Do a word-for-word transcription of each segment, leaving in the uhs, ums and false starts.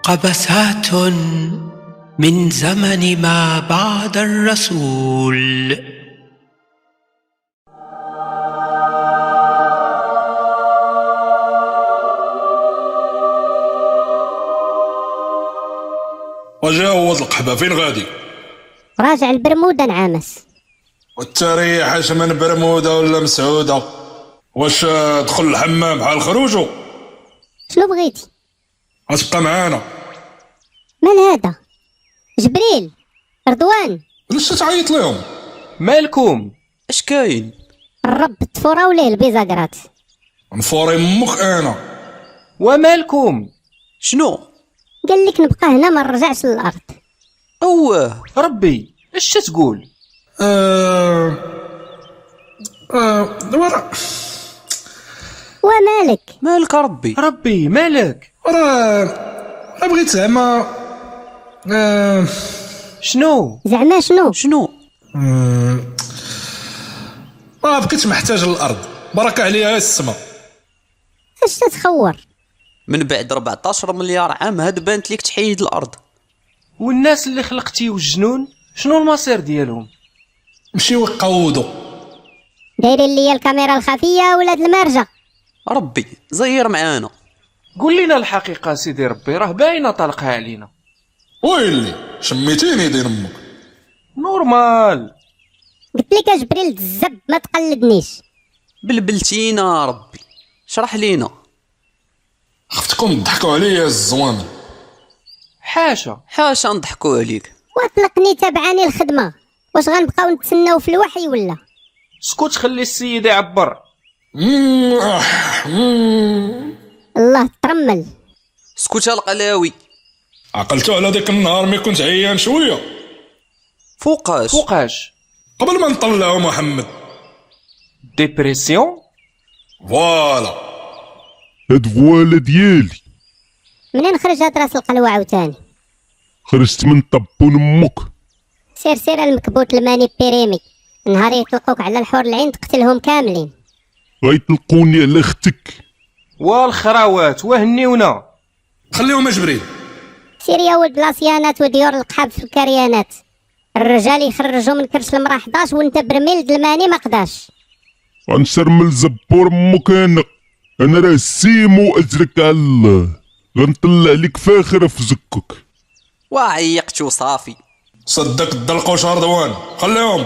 قبسات من زمن ما بعد الرسول. وجاوز القحبة فين غادي؟ راجع البرمودة نعامس. والتريح اش من برمودة ولا مسعودة؟ واش دخل الحمام بحال خروجو؟ شنو بغيتي؟ غتبقى معانا. مال هذا؟ جبريل، رضوان، ليش تعيط لهم؟ مالكم؟ اش كاين؟ الرب الطفورة وليه البيزاكرات. نفوري امك انا. ومالكم؟ شنو؟ قال لك نبقى هنا ما نرجعش للارض. اوه ربي اش تقول؟ اه اه ورا ومالك؟ مالك ربي؟ ربي مالك؟ راه بغيت زعما اه شنو؟ زعما شنو؟ شنو؟ ما بقيتش محتاج للارض، بركة عليها السما. اش تتخور؟ من بعد أربعطاش مليار عام هاد بانت ليك تحيد الارض. والناس اللي خلقتي والجنون شنو المصير ديالهم؟ مشيو يقودوا. دايرين ليا الكاميرا الخفية ولاد المرجة. ربي زير معانا. قول لنا الحقيقة سيدي ربي، راه باينة طلقها علينا. ويلي شميتيني دين امك. نورمال. قلت لك يا جبريل الزب ما تقلدنيش. بلبلتينا ربي، شرح لينا. خفتكم تضحكوا عليا الزوامل. حاشا حاشا نضحكوا عليك. واطلقني تبعاني الخدمة، واش غنبقاو نتسناو في الوحي ولا؟ سكوت خلي السيد يعبر. الله ترمل. سكوت القلاوي. عقلتو على ديك النهار مي كنت عيان شويه؟ فوقاش فوقاش؟ قبل ما نطلعو محمد. ديبرسيون. فوالا هاد فوالا ديالي. منين خرج هاد راس القلوة عاوتاني؟ خرجت من طبون امك. سير سير المكبوت الماني بيريمي، نهار يطلقوك على الحور العين تقتلهم كاملين. غيطلقوني على اختك. والخراوات وهنيونا. خليهم جبريل. سير يا ولد لاسيانات وديور القحاب في الكريانات. الرجال يخرجوا من كرش المراه حداش وانت برميل د الماني ما قداش. غنشرمل زبور امك انا. انا راه سيمو اجرك على الله. غنطلع لك فاخره في زكك. وعيقت وصافي. صدق الدلقوش رضوان، خليهم.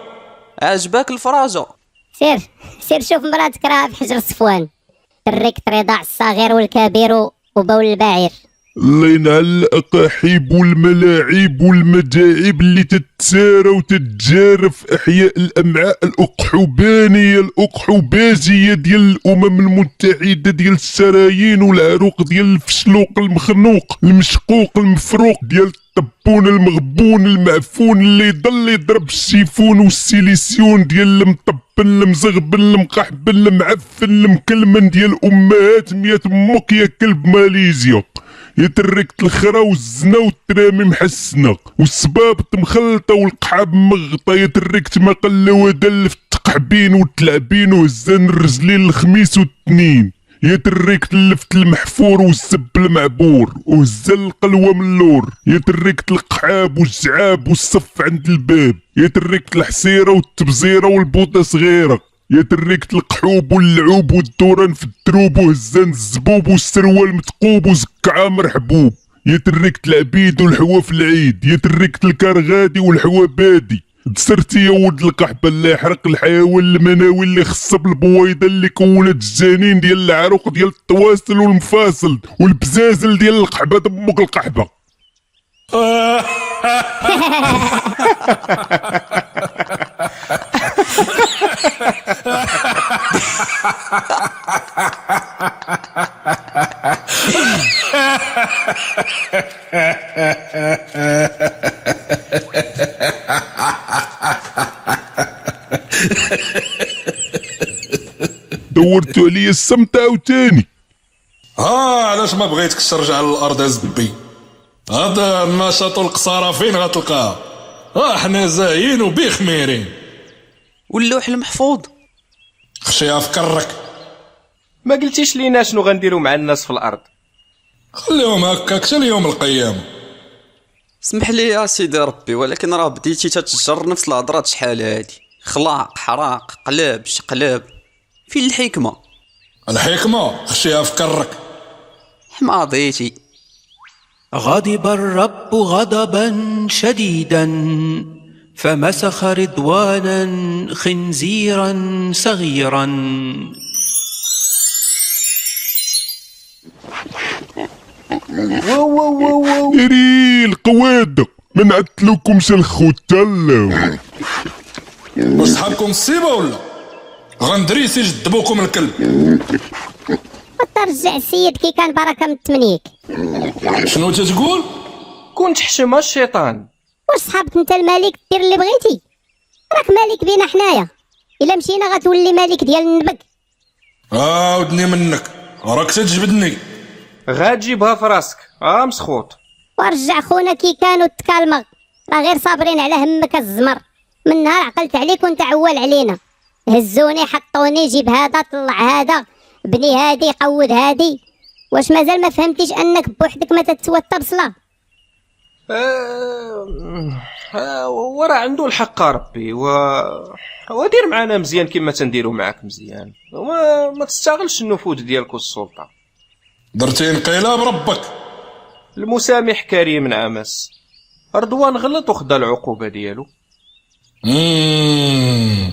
عجبك الفراجة؟ سير سير شوف مراتك راها في حجر الصفوان، تريك ترضع الصغير والكبير وبول البعير. الله ينعل الاقاحيب والملاعب والمجاعب اللي تتسارى وتتجارى في احياء الامعاء الاقحبانيه الاقحبازيه ديال الامم المتحده ديال السرايين والعروق ديال الفشلوق المخنوق المشقوق المفروق ديال الطبون المغبون المعفون اللي يضل يضرب السيفون والسيليسيون ديال المطبن المزغبن المقحبن المعفن المكلمن ديال امهات مية امك يا كلب ماليزيا. يتركت الخرا والزنا والترامي محسنه والسبابط مخلطه والقحاب مغطى. يتركت ما قل ودلف التقحبين والتلعبين وهزان الرجلين الخميس والتنين. يتركت اللفت المحفور والسب المعبور وهزان القلوه من اللور. يتركت القحاب والجعاب والصف عند الباب. يتركت الحسيره والتبزيره والبوطه صغيره. يتركت القحوب واللعوب والدوران في الدروب وهزان الزبوب والسروال متقوب وزكعه مرحبوب. يتركت العبيد والحوا في العيد. يتركت الكرغادي والحوا بادي. دسرتي يا ولد القحبه اللي يحرق الحيوان المناوي اللي خصب البويضه اللي كونت الجنين ديال العروق ديال التواصل والمفاصل والبزازل ديال القحبه دمك القحبه. دورتو عليا السمت عاوتاني. ها علاش ما بغيتكش ترجع للارض يا زبي؟ هذا النشاط والقصارى فين غتلقاها؟ ها حنا زاهيين وبخميرين. واللوح المحفوظ خشيها في كرك. ما قلتيش لينا شنو غنديروا مع الناس في الارض؟ خليهم هكاك حتى ليوم القيامة. اسمح لي يا سيدي ربي، ولكن راه بديتي تتجر نفس الهضرات شحال هادي، خلاق حراق قلاب شقلاب، فين الحكمة؟ الحكمة خشيها في كرك. حماضيتي. غضب الرب غضبا شديدا فمسخ رضوانا خنزيرا صغيرا. واو واو واو واو. ديري القوادة ما نعتلوكمش الخوت تلاو. واش صحابكم الصيبة ولا غندريسي جدبوكم الكلب؟ وترجع السيد كي كان بركة من تمنيك. شنو تتقول؟ كنت حشمها الشيطان. واش صحابك انت الملك دير اللي بغيتي؟ راك مالك بينا حنايا، الا مشينا غتولي مالك ديال النبك. اه ودني منك راك تجبدني. غتجيبها في راسك اه مسخوط. ورجع خونا كي كانوا تكالمغ، راه غير صابرين على همك الزمر. من نهار عقلت عليك وانت عوال علينا، هزوني حطوني جيب هذا طلع هذا بني هادي قود هادي. واش مازال ما فهمتيش انك بوحدك ما تتوتر بصلا؟ آه... آه... وراه عنده الحق ربي و ودير معنا مزيان كما تنديروا معاك مزيان، وما ما تستغلش النفوذ ديالك والسلطه. درتي انقلاب ربك. المسامح كريم نعمس. رضوان غلط وخدا العقوبه ديالو. مم.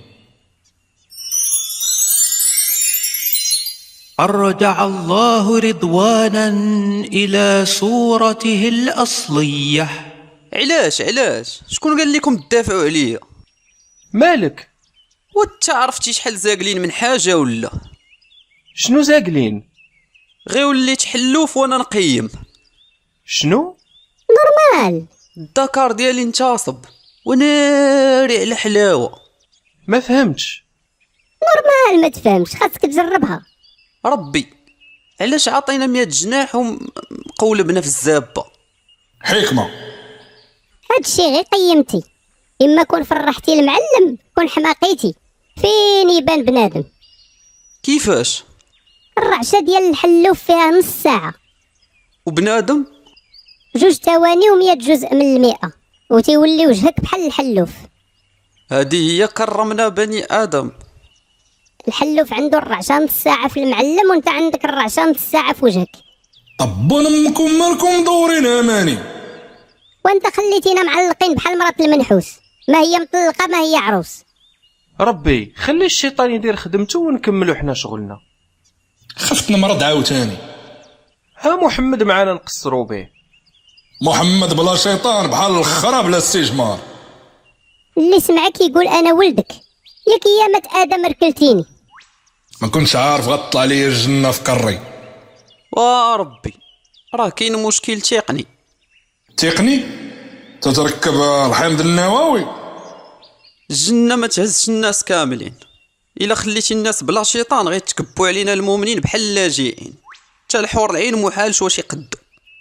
أرجع الله رضوانا إلى صورته الأصلية. علاش علاش شكون قال لكم تدافعوا عليا؟ مالك؟ وانت عرفتي شحال زاقلين من حاجه ولا؟ شنو زاقلين؟ غير وليت حلوف وانا نقيم. شنو؟ نورمال. الدكار ديالي انتصب وناري على حلاوه. ما فهمتش. نورمال ما تفهمش، خاصك تجربها. ربي علاش عطينا مية جناح ومقولبنا في الزابه؟ حكمة. هادشي غير قيمتي، اما كون فرحتي المعلم كون حماقيتي. فين يبان بنادم؟ كيفاش؟ الرعشه ديال الحلوف فيها نص ساعه، وبنادم جوج ثواني ومية جزء من المئة، وتيولي وجهك بحال الحلوف. هذه هي كرمنا بني ادم. الحلوف عنده الرعشه نص ساعه في المعلم، وانت عندك الرعشه نص ساعه في وجهك. طبون امكم مالكم مدورين اماني. وانت خليتينا معلقين بحال مرات المنحوس، ما هي مطلقه ما هي عروس. ربي خلي الشيطان يدير خدمته ونكملوا حنا شغلنا. خفت نمرض عاوتاني. ها محمد معانا نقصروا به. محمد بلا شيطان بحال الخرا بلا استجمار. اللي سمعك يقول انا ولدك، يا كيامة ادم ركلتيني. ما كنتش عارف غطلع لي الجنة في كري. وربي راه كاين مشكل تقني. تقني؟ تتركب الحمض النووي؟ الجنة ما تهزش الناس كاملين، الا خليتي الناس بلا شيطان غيتكبوا علينا المؤمنين بحال اللاجئين، حتى الحور العين محالش واش يقدو.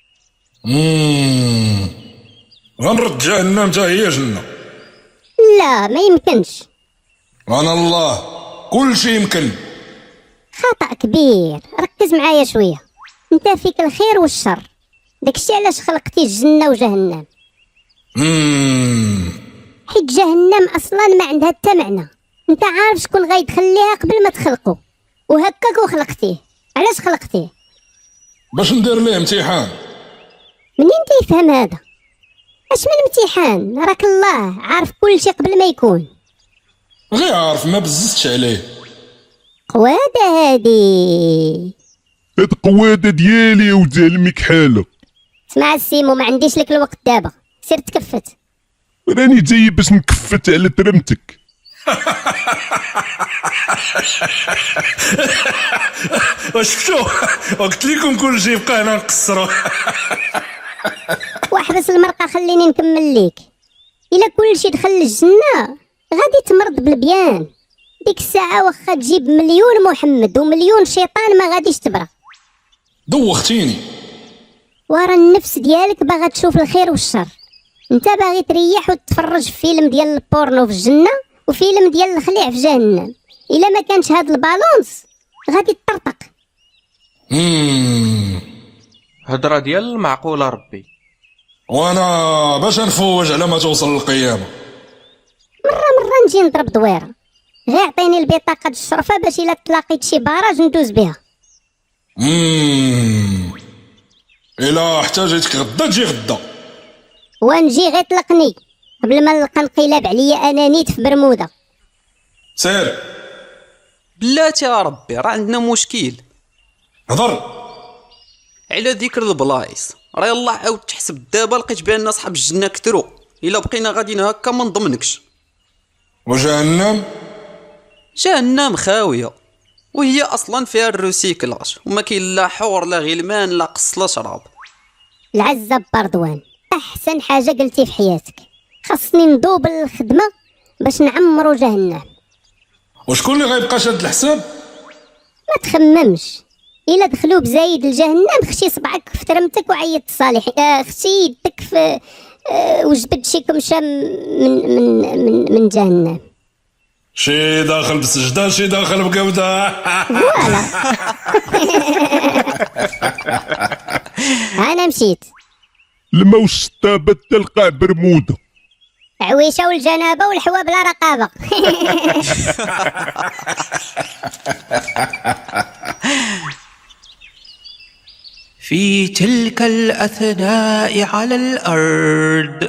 اممم غنرد جهنم حتى هي جنة. لا ما يمكنش. انا الله كل شيء يمكن. خطأ كبير، ركز معايا شويه. انت فيك الخير والشر، داكشي علاش خلقتي الجنه وجهنم. اممم حيت جهنم اصلا ما عندها حتى معنى. انت عارف شكون غيدخل ليها قبل ما تخلقه، وهكاك وخلقتيه. علاش خلقتيه؟ باش ندير ليه امتحان. منين تيفهم هذا؟ اش من امتحان؟ راك الله عارف كل شيء قبل ما يكون. غير عارف ما بززتش عليه. قوادة هادي. هاد قوادة ديالي يا ولد المكحالة. اسمع السيمو، ما عنديش لك الوقت دابا، سير تكفت. راني جاي باش نكفت على ترمتك. وشفتو قلت لكم كل شيء بقى هنا نقصرو. واحبس المرقه خليني نكمل ليك. الا كل شي دخل الجنه غادي تمرض بالبيان. ديك الساعه واخا تجيب مليون محمد ومليون شيطان ما غاديش تبرى. دوختيني. ورا النفس ديالك باغا تشوف الخير والشر. انت باغي تريح وتتفرج في فيلم ديال البورنو في الجنه وفيلم ديال الخليع في جهنم. الا ما كانش هاد البالونس غادي تطرطق. اممم هضره ديال المعقوله ربي. وانا باش نفوج على ما توصل القيامه. مره مره نجي نضرب دويره، غير عطيني البطاقه د الشرفه باش الا تلاقيت شي باراج ندوز بها. امم الا احتاجتك غدا تجي غدا. ونجي غير طلقني قبل ما نلقى انقلاب عليا انا نيت في برمودا. سير بلاتي يا ربي راه عندنا مشكل. هضر على ذكر البلايص، راه يلاه عاود تحسب دابا لقيت بان اصحاب الجنه كثروا. الا بقينا غاديين هكا ما نضمنكش. وجهنم جهنم خاويه، وهي اصلا فيها الروسيكلاج وما كاين لا حور لا غلمان لا قص لا شراب. العزة بردوان، احسن حاجه قلتي في حياتك. خاصني ندوب الخدمه باش نعمرو جهنم. وشكون اللي غيبقى شاد الحساب؟ ما تخممش، الا دخلوا بزايد الجهنم خشي صبعك في ترمتك وعيط الصالح. آه خشي يدك في آه وجبد شي كمشه من من من من جهنم. شي داخل بسجده شي داخل بقبده. فوالا. انا مشيت. الماء والشطابة تلقى برمودا. عويشه والجنابه والحوا بلا رقابه. في تلك الأثناء على الأرض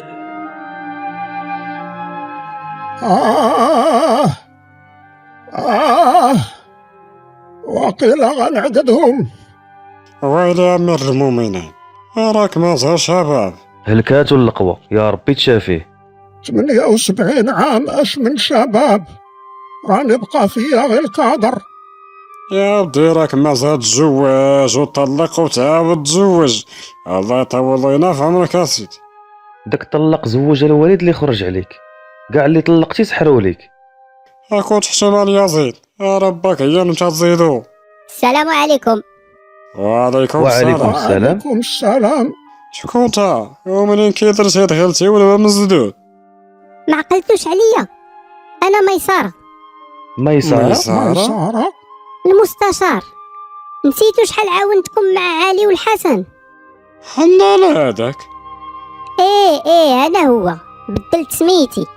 آه آه وقيل غنعقدهم. ويلي يا أمير المؤمنين، راك مازال شباب. هلكات اللقوة يا ربي تشافيه. ثمانية وسبعين عام اش من شباب، راني بقى فيا غير الكادر. يا ودي راك مازال تزوج وطلق وتعاود تزوج، الله يطول لينا في عمرك اسيدي. داك طلق زوج الوالد اللي خرج عليك، كاع اللي طلقتي سحروا ليك. اكون تحتمل يا زيد، يا ربك هي انت تزيدو. السلام عليكم. وعليكم وعليكم السلام. السلام. وعليكم السلام. شكون تا ومنين كيدرتي دخلتي ولا مزدود؟ ما عقلتوش عليا، انا ميسره ميسرة. ميسرة المستشار. نسيتو شحال عاونتكم مع علي والحسن؟ حنا لا هذاك. ايه ايه انا هو، بدلت سميتي.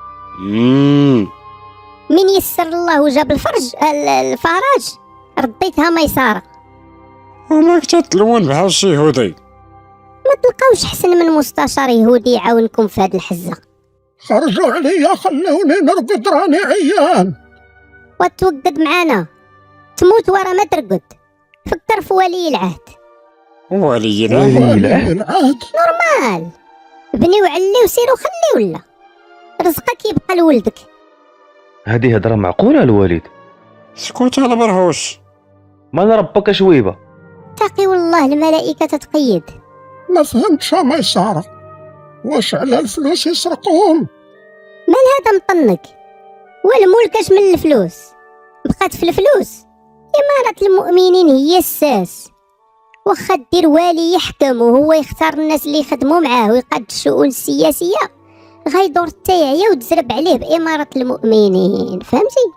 امم من يسر الله وجاب الفرج ال- الفراج رديتها ميسره. وماك تتلون بحال شي يهودي. ما تلقاوش حسن من مستشار يهودي يعاونكم في هاد الحزه. خرجوا عليا خلوني نرقد، راني عيان. وتوقد معانا تموت ورا ما ترقد. فكر في ولي العهد. ولي لا. ولي ولي العهد نورمال، بني وعلي وسيروا خلي ولا رزقك يبقى لولدك. هذه هضره معقوله الوالد؟ سكوت على برهوش. ما نربك شويبه. تقي والله الملائكه تتقيد. ما فهمتش ميسرة، واش على الفلوس يسرقوهم؟ مال هذا مطنك؟ والملك اش من الفلوس؟ بقات في الفلوس. إمارة المؤمنين هي الساس، واخا دير والي يحكم وهو يختار الناس اللي يخدموا معاه ويقاد الشؤون السياسية، غيدور التيعية وتزرب عليه بإمارة المؤمنين. فهمتي؟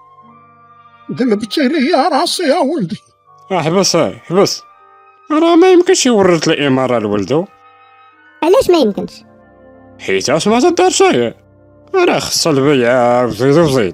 قلبتي لي يا راسي يا ولدي. احبس احبس، راه ما يمكنش يورث الاماره لولدو. علاش ما يمكنش؟ حيت اش ما تدار شيء، راه خص البيعه وزيد وزيد.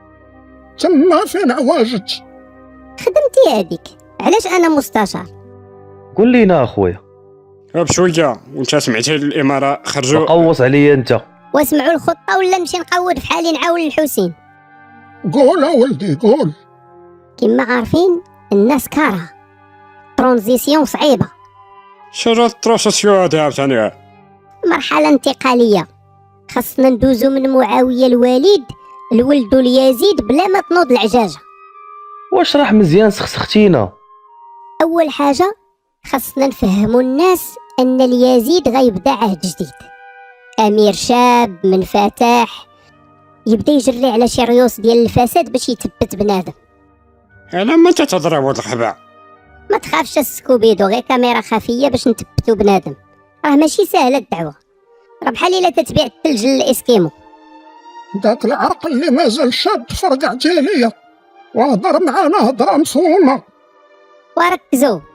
تما فين عواجت؟ خدمتي هذيك، علاش أنا مستشار؟ قول لينا اخويا. بشويه وانت سمعتي الاماره خرجوا. قوص عليا انت. واسمعوا الخطة ولا نمشي نقود في حالي نعاون الحسين؟ قول يا ولدي قول. كما عارفين الناس كارهة، ترانزيسيون صعيبة، شجره تروسسيو هذا عاوتاني. مرحلة انتقالية. خاصنا ندوزو من معاوية الوالد لولدو اليزيد بلا ما تنوض العجاجة. واش راح مزيان سخسختينا؟ أول حاجة خاصنا نفهمو الناس أن اليزيد غيبدا عهد جديد، أمير شاب منفتح يبدا يجري على شي ريوس ديال الفساد باش يثبت بنادم. انا ما تتضرب هاد الخبع. ما تخافش السكوبيدو، غير كاميرا خفية باش نثبتو بنادم. راه ماشي سهلة الدعوة، راه بحال إلا تتبيع الثلج للإسكيمو. داك العرق اللي مازال شاد فرقعتي ليا، وهضر معانا هضرة مفهومة. وركزوا،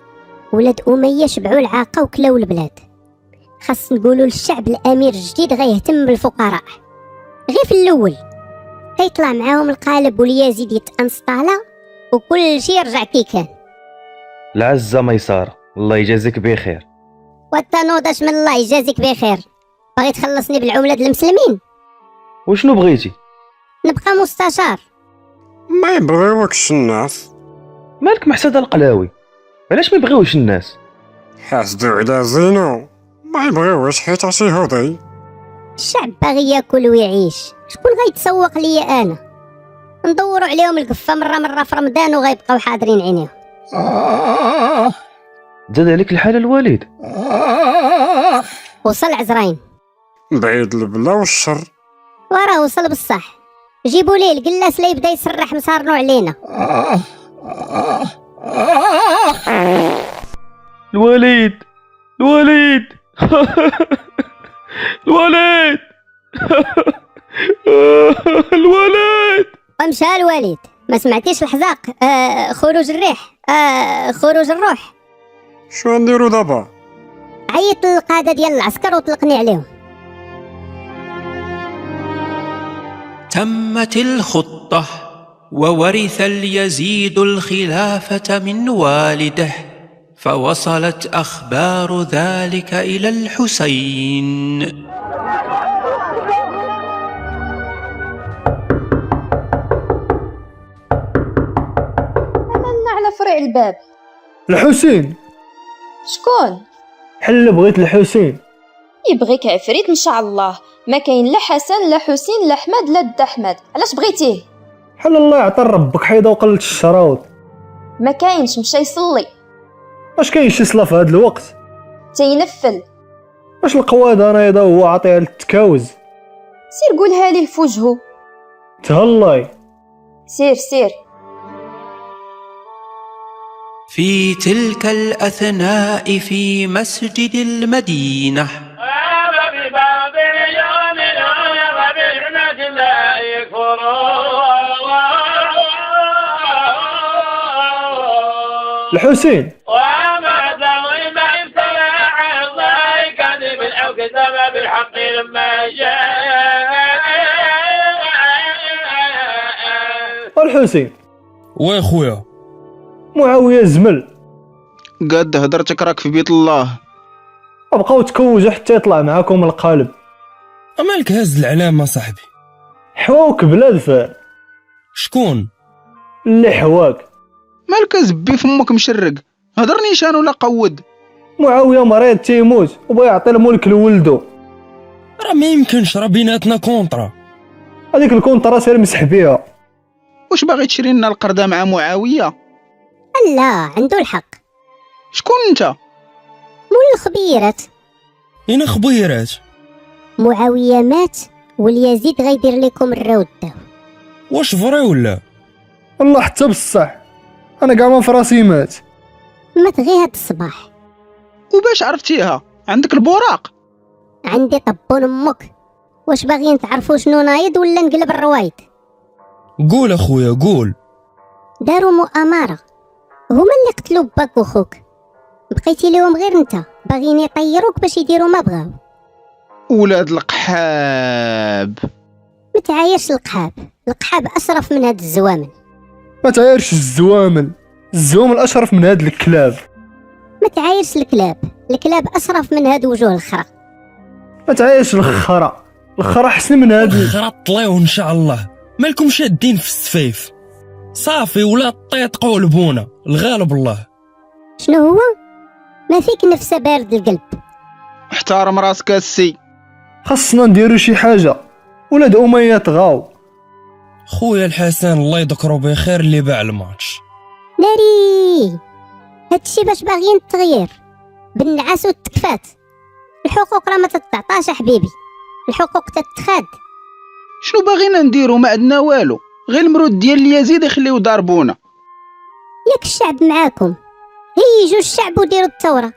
ولاد أمية شبعوا العاقة وكلاو البلاد. خاص نقولوا للشعب الأمير الجديد غيهتم بالفقراء. غير في الأول غيطلع معاهم القالب واليزيد يتأنسطالا وكل شي يرجع كي كان. العزة ميسارة، الله يجازيك بخير. والتنوضش من الله يجازيك بخير. باغي تخلصني بالعملة د المسلمين؟ وشنو بغيتي؟ نبقى مستشار. ما يبغيوكش الناس. مالك محسد القلاوي؟ علاش ما يبغيوش الناس؟ حاسدو على زينو، ما يبغيوش حيت عشي هودي. الشعب باغي ياكل ويعيش، شكون غيتسوق ليا انا؟ ندوروا عليهم القفه مره مره في رمضان وغيبقاو حاضرين عينيهم. آه زاد عليك الحال الوالد. آه وصل عزرين بعيد البلا والشر. وراه وصل بصح. جيبوا ليه القلاس لا يبدا يسرح مسارنو علينا. آه آه آه الوالد الوالد الوالد الوالد. ومشى الوالد. ما سمعتيش الحزاق؟ آه خروج الريح. آه خروج الروح. شو نديرو دابا؟ عيط للقاده ديال العسكر وطلقني عليهم. تمت الخطة، وورث اليزيد الخلافة من والده، فوصلت أخبار ذلك إلى الحسين. عملنا على فرع الباب. الحسين شكون؟ حل بغيت الحسين. يبغيك عفريت ان شاء الله. ما كاين لا حسن لا حسين لا حماد لا د احمد. علاش بغيتيه؟ حل الله يعطي ربك حيده وقلت الشراوط. ما كاينش، مشى يصلي. واش كاين شي صلاه في هذا الوقت؟ تينفل. واش القواده نايضه وهو عاطيها للتكاوز؟ سير قولها ليه في وجهه. تهلاي. سير سير. في تلك الأثناء في مسجد المدينة الحسين والحسين وي خويا معاوية زمل. قد هدرتك راك في بيت الله. ابقاو تكوجوا حتى يطلع معاكم القالب. مالك هاز العلامة صاحبي؟ حواك بلا دفاع. شكون اللي حواك؟ مالك زبي فمك مشرق. هضرني شان ولا قود. معاوية مريض تيموت وبغى يعطي الملك لولدو. راه ما يمكنش، راه بيناتنا كونطرا. هذيك الكونطرا سير مسح بيها. واش باغي تشري لنا القرده مع معاوية؟ لا عنده الحق. شكون انت؟ مول الخبيرات. اين خبيرات؟ معاوية مات واليزيد غيدير لكم الراود داو. واش فري ولا؟ والله حتى بصح انا كاع ما فراسي مات. مات غير هاد الصباح. وباش عرفتيها؟ عندك البوراق؟ عندي طبون امك. واش باغيين تعرفوا شنو نايض ولا نقلب الروايد؟ قول اخويا قول. داروا مؤامرة، هما اللي قتلوا باك وخوك. بقيتي لهم غير انت، باغيين يطيروك باش يديروا ما بغاو. ولاد القحاب. ما تعايرش القحاب، القحاب اشرف من هاد الزوامل. ما تعايرش الزوامل، الزوامل اشرف من هاد الكلاب. ما تعايرش الكلاب، الكلاب اشرف من هاد وجوه الخرا. ما تعايرش الخرا، الخرا احسن من هاد الخرا. طلعوا ان شاء الله، مالكم شادين في السفيف صافي ولا طيطقوا لبونا الغالب الله. شنو هو؟ ما فيك نفسه بارد القلب. احترم راسك السي. خاصنا نديرو شي حاجه، ولاد اميه طغاو. خويا الحسن الله يذكرو بخير اللي باع الماتش. ناري هادشي باش باغيين التغيير بالنعاس والتكفات. الحقوق راه ما تتعطاش حبيبي، الحقوق تتخاد. شنو باغينا نديرو؟ ما عندنا والو، غير المرود ديال اليزيد يخليو ضاربونا. ياك الشعب معاكم، هيجوا الشعب وديروا الثوره.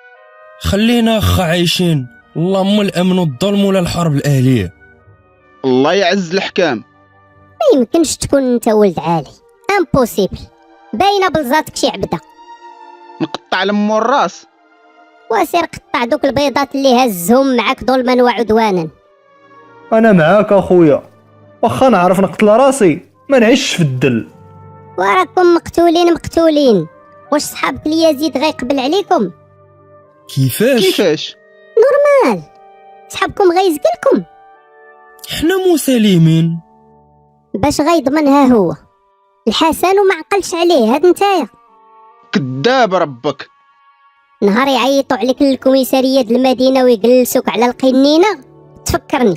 خلينا اخا عايشين، اللهم الامن والظلم ولا الحرب الاهليه. الله يعز الحكام. ما يمكنش تكون انت ولد عالي، امبوسيبل. باينه بلزاتك شي عبده. نقطع لمو الراس. وسير قطع دوك البيضات اللي هزهم معاك ظلما وعدوانا. انا معاك اخويا، واخا نعرف نقتل راسي ما نعيش في الدل. وراكم مقتولين مقتولين، واش صحابك اليزيد غيقبل عليكم؟ كيفاش كيفاش نورمال، صحابكم غيزقلكم. حنا مسالمين. باش غيضمنها هو الحسن وما عقلش عليه هاد نتايا. كذاب ربك. نهار يعيطوا عليك للكوميساريه د المدينه ويجلسوك على القنينه تفكرني.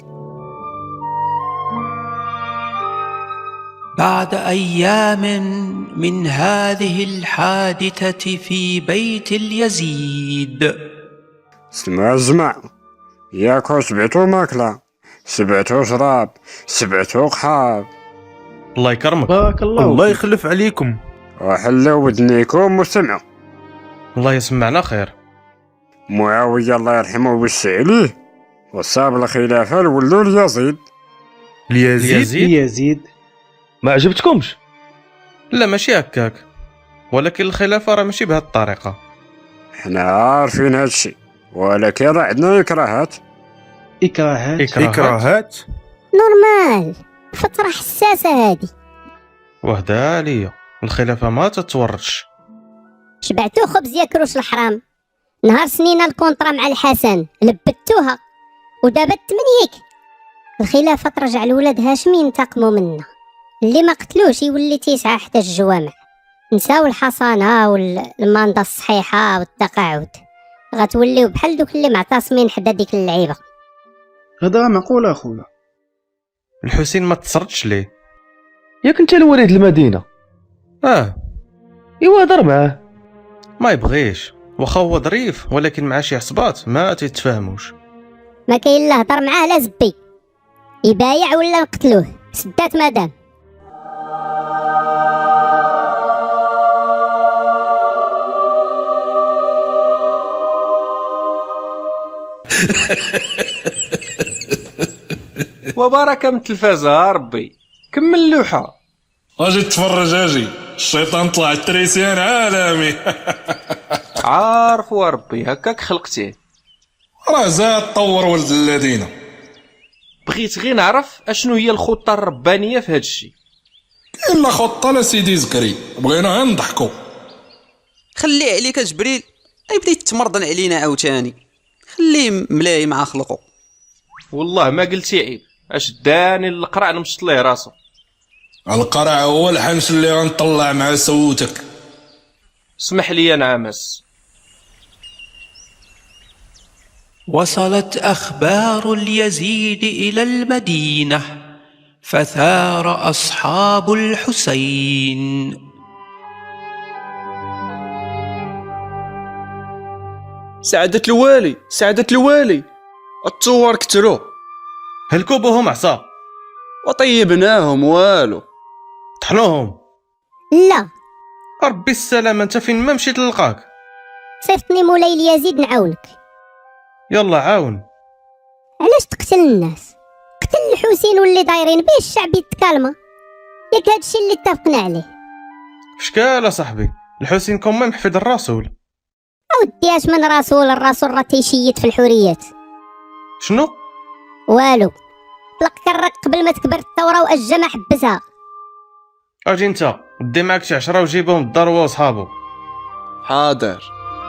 بعد أيام من هذه الحادثة في بيت اليزيد. سمع سمع، ياكو سبعتو ماكلة، سبعتو شراب، سبعتو قحاب. الله يكرمك. بارك الله. الله يخلف عليكم. وحلوا ودنيكم وسمعوا. الله يسمعنا خير. معاوية الله يرحمه ويوسع عليه وصاب الخلافة لولو اليزيد. اليزيد يزيد ما عجبتكمش؟ لا ماشي هكاك، ولكن الخلافة راه ماشي بهذه الطريقة. حنا عارفين هادشي، ولكن راه عندنا إكراهات. إكراهات إكراهات نورمال، فترة حساسة هادي. وهدا ليا الخلافة ما تتورش. شبعتو خبز ياكروش الحرام. نهار سنينا الكونطرا مع الحسن لبتوها ودابا تمنيك. الخلافة ترجع لولاد هاشم ينتقموا منا، اللي ما قتلوش يولي تيسعى حتى الجوامع. نساو الحصانة والماندا الصحيحة والتقاعد، غتوليو بحال دوك اللي معتصمين حدا ديك اللعيبة. هذا معقول اخويا. الحسين ما تصرتش ليه؟ ياك انت الوليد المدينة؟ اه ايوا هضر معاه. ما يبغيش، واخا هو ظريف ولكن مع شي عصبات ما تيتفاهموش. ما كاين لا هضر معاه لا زبي، يبايع ولا نقتلوه. سدات مدام. وبركة من التلفازة ربي. كمل اللوحة. اجي تفرج اجي، الشيطان طلع تريسيان عالمي. عارف وربي هكاك خلقتيه. راه زاد طور ولد الذين. بغيت غير نعرف اشنو هي الخطة الربانية في هاد الشيء. كاين لا خطة لا سيدي زكري، بغينا غير نضحكو. خليه عليك جبريل، يبدا يتمرضن علينا عاوتاني. خليه ملاي مع خلقو. والله ما قلتي عيب، اش داني القرع نمشط ليه راسو. القرع هو الحنش اللي غنطلع مع سوتك. اسمح لي يا نعمس. وصلت أخبار اليزيد إلى المدينة، فثار أصحاب الحسين. سعادة الوالي، سعادة الوالي، الثوار كترو. هلكوا بهم عصا وطيبناهم والو. طحنوهم. لا ربي السلامة، انت فين ما مشيت نلقاك؟ صيفطني مولاي اليزيد نعاونك. يلا عاون. علاش تقتل الناس؟ قتل الحسين واللي دايرين به الشعب يتكالما. ياك هادشي اللي اتفقنا عليه. شكال صاحبي، الحسين كون ما محفظ الرسول. اودي اش من رسول؟ الرسول راه تيشيد في الحريات. شنو؟ والو، طلق كرك قبل ما تكبر الثوره واجا ما حبسها. اجي انت دي معاك شي عشرة وجيبهم الدار هو وصحابو. حاضر.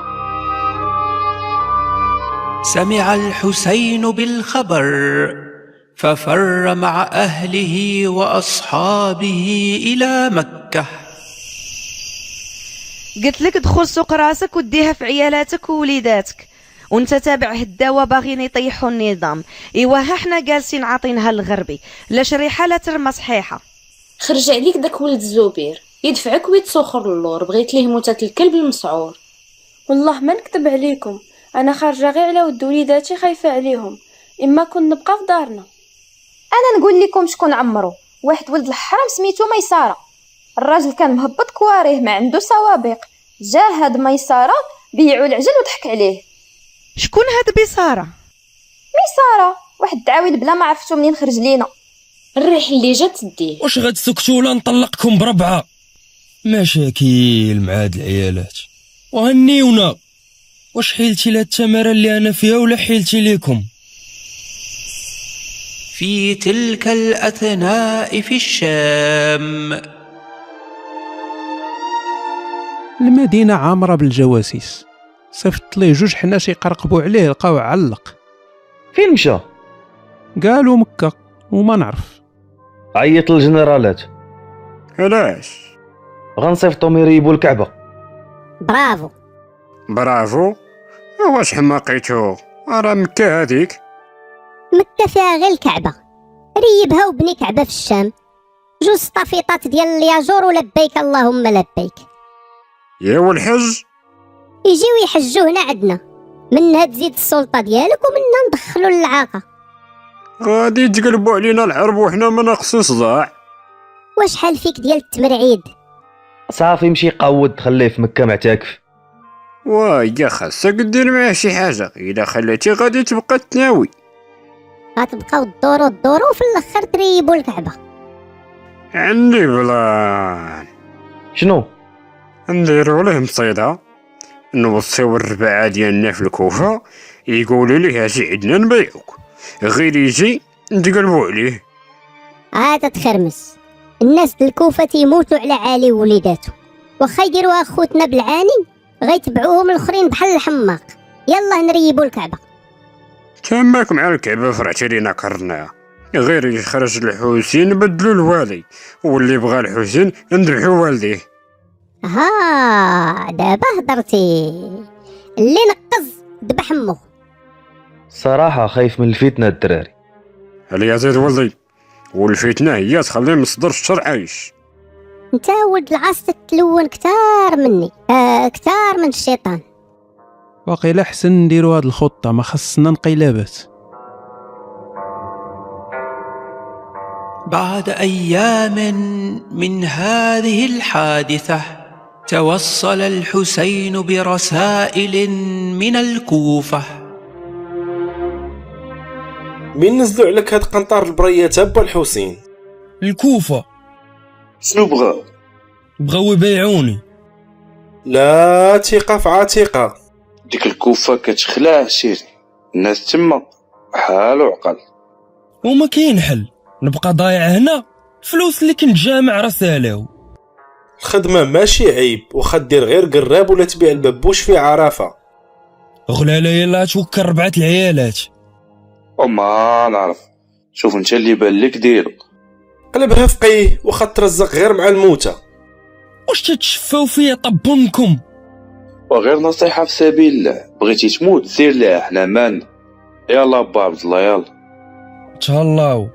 سمع الحسين بالخبر ففر مع أهله وأصحابه إلى مكة. قلت لك دخل سوق راسك وديها في عيالاتك ووليداتك، وانت تابع هداوه باغيين يطيحوا النظام. ايوا ها حنا جالسين عاطينها للغربي، لا شريحه لا ترمى صحيحه. خرج عليك داك ولد الزبير يدفعك ويتسخر اللور، بغيت ليه موتات الكلب المسعور. والله ما نكتب عليكم، انا خارجه غير على ود وليداتي، خايفه عليهم، اما كون نبقى في دارنا. انا نقول لكم شكون عمرو، واحد ولد الحرام سميتو ميساره. الراجل كان مهبط كواريه ما عنده سوابق، جا هاد ميساره بيعوا العجل وضحك عليه. شكون هاد بيساره؟ ميساره واحد الدعاويل بلا ما عرفتو منين خرج لينا. الريح اللي جات تديه. واش غتسكتوا ولا نطلقكم بربعه؟ مشاكل مع هاد العيالات، وهنيونا. واش حيلتي لهاد التماره اللي انا فيها ولا حيلتي ليكم؟ في تلك الأثناء في الشام المدينة عامرة بالجواسيس. صيفط ليه جوج حناش يقرقبوا عليه لقاوه علق. فين مشى؟ قالوا مكة وما نعرف. عيط للجنرالات. علاش؟ غنصيفطهم يريبوا الكعبة. برافو برافو. واش حماقيتو؟ راه مكة هذيك. مكة فيها غير الكعبة، ريبها وبني كعبة في الشام. جوج طافيطات ديال الياجور ولبيك اللهم لبيك. يا والحج يجيو يحجوا هنا عندنا، منها تزيد السلطة ديالك ومنها ندخلوا للعاقة. غادي تقلبوا علينا العرب وحنا ما ناقصين صداع. واش حال فيك ديال التمرعيد؟ صافي مشي قود خليه في مكة معتكف. وايا خاصك دير معاه شي حاجة، إلا خليتي غادي تبقى تناوي. غتبقاو الدورو الدورو وفي الاخر تريبوا الكعبة. عندي بلان. شنو؟ نديرو له مصيدة، نوصيو الربعة ديالنا في الكوفة يقولوا ليه اجي عندنا نبيعوك، غير يجي نتقلبوا عليه. عاد تخرمس. الناس د الكوفة تيموتوا على علي ووليداتو، واخا يديروها خوتنا بالعاني غيتبعوهم الاخرين بحال الحماق. يلا نريبوا الكعبة. تماك مع الكعبة فرعتي لينا كرناها، غير يخرج الحسين نبدلو الوالي، واللي بغى الحسين نذبحو والديه. ها دابا هضرتي. اللي نقز ذبح امه. صراحة خايف من الفتنة الدراري. هل يا زيد ولدي، والفتنة هي تخلي مصدر الشر عايش. انت ولد العاص تتلون كتار مني، آه كتار من الشيطان. واقيلا حسن نديرو هاد الخطة، ما خصنا انقلابات. بعد أيام من هذه الحادثة توصل الحسين برسائل من الكوفة. من نزلوا عليك هاد قنطار البريات با الحسين؟ الكوفة. شنو بغاو؟ بغاو يبيعوني. لا ثقة في عتيقة. ديك الكوفة كتخلع سيري، الناس تما حال وعقل. وما كاين حل، نبقى ضايع هنا. فلوس اللي كنت جامع راسالاو. الخدمة ماشي عيب، واخا دير غير قراب ولا تبيع الببوش في عرفة. غلاله يلا توكل ربعة العيالات. وما نعرف، شوف انت اللي بان لك ديرو. قلبها فقيه واخا ترزق غير مع الموتى. واش تتشفاو فيا طبونكم؟ وغير نصيحة في سبيل الله، بغيتي تموت سير لها، حنا مالنا. يلا با عبد الله يلا تهلاو.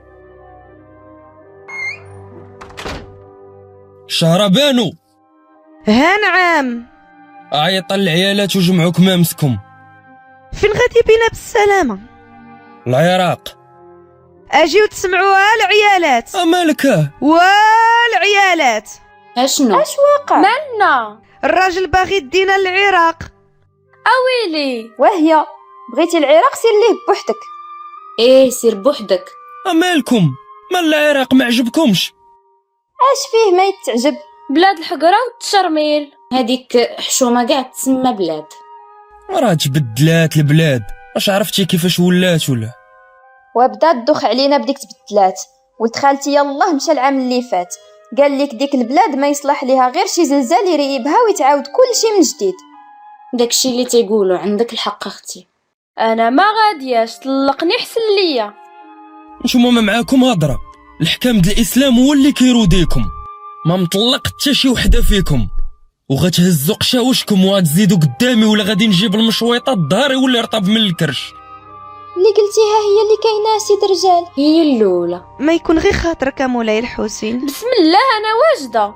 شهربانو. ها نعم. عيط العيالات وجمعوا كمامسكم. فين غادي بينا بالسلامة؟ العراق. اجيو تسمعوها العيالات. مالك؟ والعيالات اشنو؟ اش وقع؟ مالنا؟ الراجل باغي يدينا للعراق. اويلي. وهي بغيتي العراق سير ليه بوحدك. ايه سير بوحدك. مالكم؟ مال العراق ما عجبكمش؟ اش فيه ما يتعجب؟ بلاد الحقرة والتشرميل. هذيك حشومة قاع تسمى بلاد. راه تبدلات البلاد، واش عرفتي كيفاش ولات ولا؟ وبدا تدوخ علينا بديك تبدلات. ولد خالتي يلاه مشى العام اللي فات، قال لك ديك البلاد ما يصلح ليها غير شي زلزال يريبها ويتعاود كل شيء من جديد. داكشي اللي تيقولوا، عندك الحق اختي. انا ما غادياش، طلقني حسن ليا. نتوما ما معاكم هضره، الحكام د الاسلام هو اللي كيروديكم. ما مطلق حتى شي وحده فيكم، وغتهزوا قشاوشكم وغتزيدوا قدامي ولا غادي نجيب المشويطه الظهر يولي رطب من الكرش. اللي قلتيها هي اللي كاينه سيد رجال. هي الاولى. ما يكون غير خاطرك يا مولاي الحسين. بسم الله انا واجده.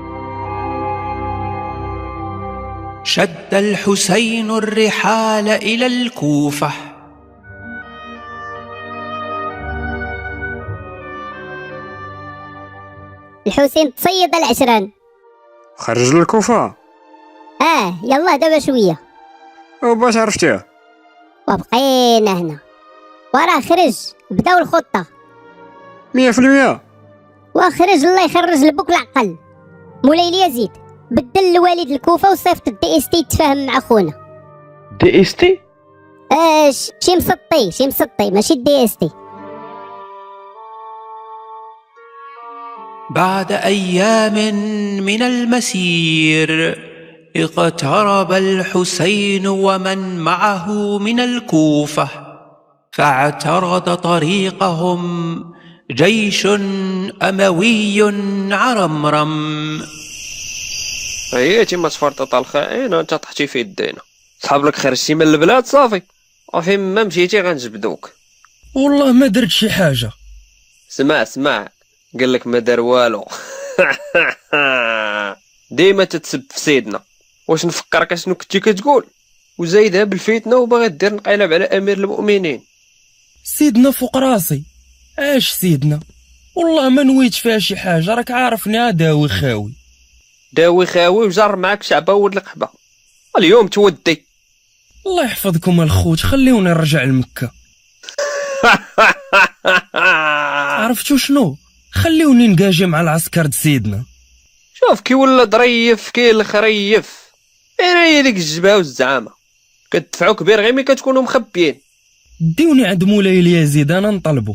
شد الحسين الرحال إلى الكوفة. الحسين تصيد العشران. خرج للكوفة. اه يلا دابا شويه. وباش عرفتيه؟ وبقينا هنا وراه خرج، بداو الخطه مية في المية. وخرج الله يخرج لبوك العقل. مولاي اليزيد بدل الوالد الكوفه وصيفط الدي اس تي يتفاهم مع خونا. دي اس تي؟ اه شي مسطي شي مسطي ماشي الدي اس تي. بعد أيام من المسير اقترب الحسين ومن معه من الكوفة، فاعترض طريقهم جيش أموي عرمرم. هيتي ما تفرطط الخائن وانت طحتي في يدينا. صحاب لك خرجتي من البلاد صافي، وفين ما مشيتي غنجبدوك. والله ما درت شي حاجه. سمع سمع قال لك ما دار والو. ديما تتسب في سيدنا. واش نفكرك شنو كنتي كتقول؟ وزايدها بالفتنه وباغي دير نقلب على امير المؤمنين. سيدنا فوق راسي. اش سيدنا؟ والله ما نويت فيها شي حاجه، راك عارفني داوي خاوي. داوي خاوي وجار معاك شعبه ولد القحبه. اليوم تودي. الله يحفظكم الخوت، خليوني نرجع لمكه. عرفتوا شنو؟ خليوني نقاجي مع العسكر د سيدنا. شوف كي ولا ظريف كي الخريف. انا هي ديك الجبهه والزعامه كتدفعوا كبير غير ملي كتكونوا مخبيين. ديوني عند مولاي اليزيد انا نطلبو.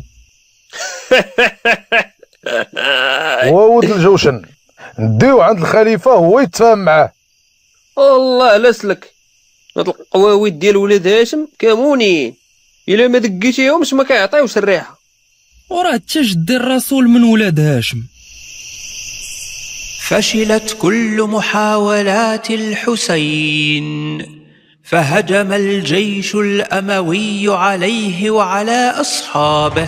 وولد الجوشن نديو عند الخليفه هو يتفاهم معاه. والله لاسلك هاد القواويد ديال ولاد هاشم كامونين، الا ما دقيتيهمش ما كيعطيوش الريحه. وراه حتى جدي الرسول من ولاد هاشم. فشلت كل محاولات الحسين، فهجم الجيش الأموي عليه وعلى أصحابه.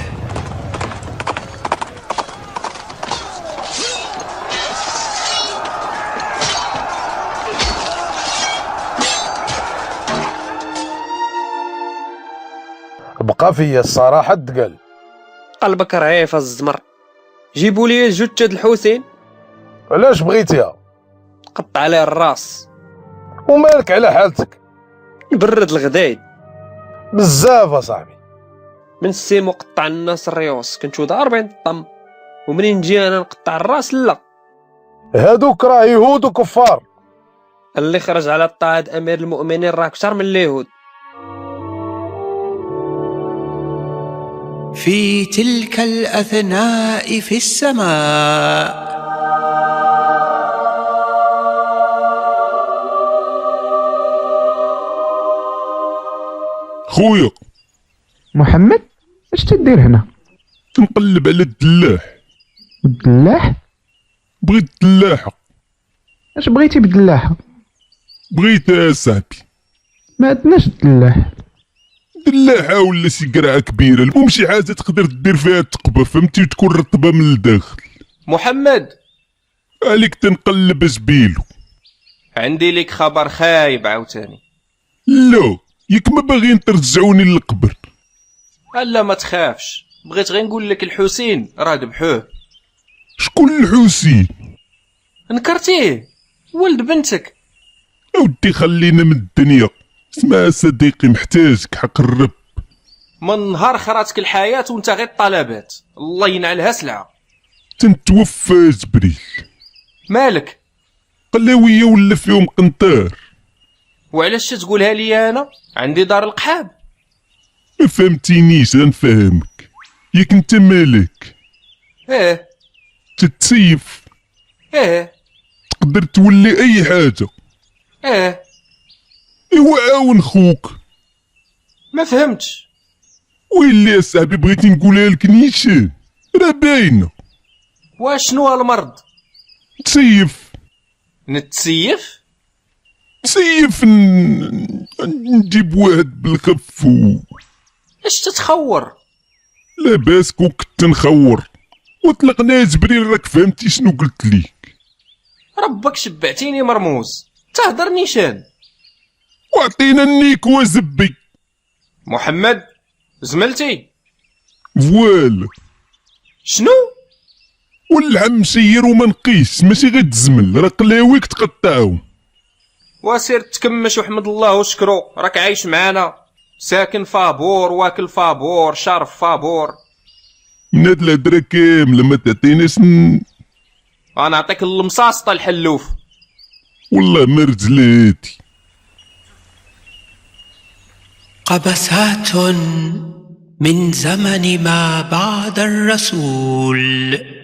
بقى فيا الصراحه تقال. قلبك رعيف الزمر. جيبوا لي جثة الحسين. علاش بغيتيها؟ قطع عليه الراس. ومالك على حالتك؟ نبرد الغدايد بزاف اصاحبي. من السيم وقطع الناس الريوس كنتو ضاربين الطم، ومنين نجي انا نقطع الراس لا. هادوك راه يهود وكفار. اللي خرج على اضطهاد امير المؤمنين راه كثر من اليهود. في تلك الأثناء في السماء خويا محمد اش تدير هنا؟ تنقلب على الدلاح. الدلاح؟ بغيت الدلاحة. اش بغيتي بالدلاحة؟ بغيتها صاحبي. ما عندناش الدلاح. دلاحة ولا شي قرعة كبيرة، المهم شي حاجة تقدر دير فيها التقبة فهمتي وتكون رطبة من الداخل. محمد عليك تنقلب اجبيلو. عندي لك خبر خايب عاوتاني. لا ياك ما باغيين ترجعوني للقبر. لا ما تخافش، بغيت غير نقول لك الحسين راه ذبحوه. شكون الحسين؟ نكرتيه ولد بنتك. اودي خلينا من الدنيا. اسمع صديقي محتاجك حق الرب. من نهار خراتك الحياة وانت غير الطلبات، الله ينعلها سلعة. تنتوفى جبريل. مالك؟ قلاوية ولا فيهم قنطار. وعلاش تقولها لي انا؟ عندي دار القحاب. ما فهمتينيش غنفهمك. ياك انت مالك؟ ايه تتسيف. ايه تقدر تولي اي حاجة. ايه ايوا عاون خوك. ما فهمتش. ويلي اصاحبي بغيتي نقولها لك نيشان راه باينه. واش شنو المرض؟ تسيف. نتسيف؟ تسيف ن... نجيب واحد بالخف و... اش تتخور؟ لاباس كون كنت نخور وطلقنا جبريل راك فهمتي شنو قلت ليك. ربك شبعتيني مرموز تهدر نيشان. وعطينا النيك وزبي. محمد زملتي فوالا. شنو؟ واللحم مشير وما نقيس ماشي غير تزمل راه قلاويك تقطعهم. وسير تكمش وحمد الله وشكرو راك عايش معانا ساكن فابور واكل فابور شارف فابور. من هاد الهدرة كاملة ما تعطيناش ن... انا نعطيك المصاصطة الحلوف. والله ما رجلاتي. قبسات من زمن ما بعد الرسول.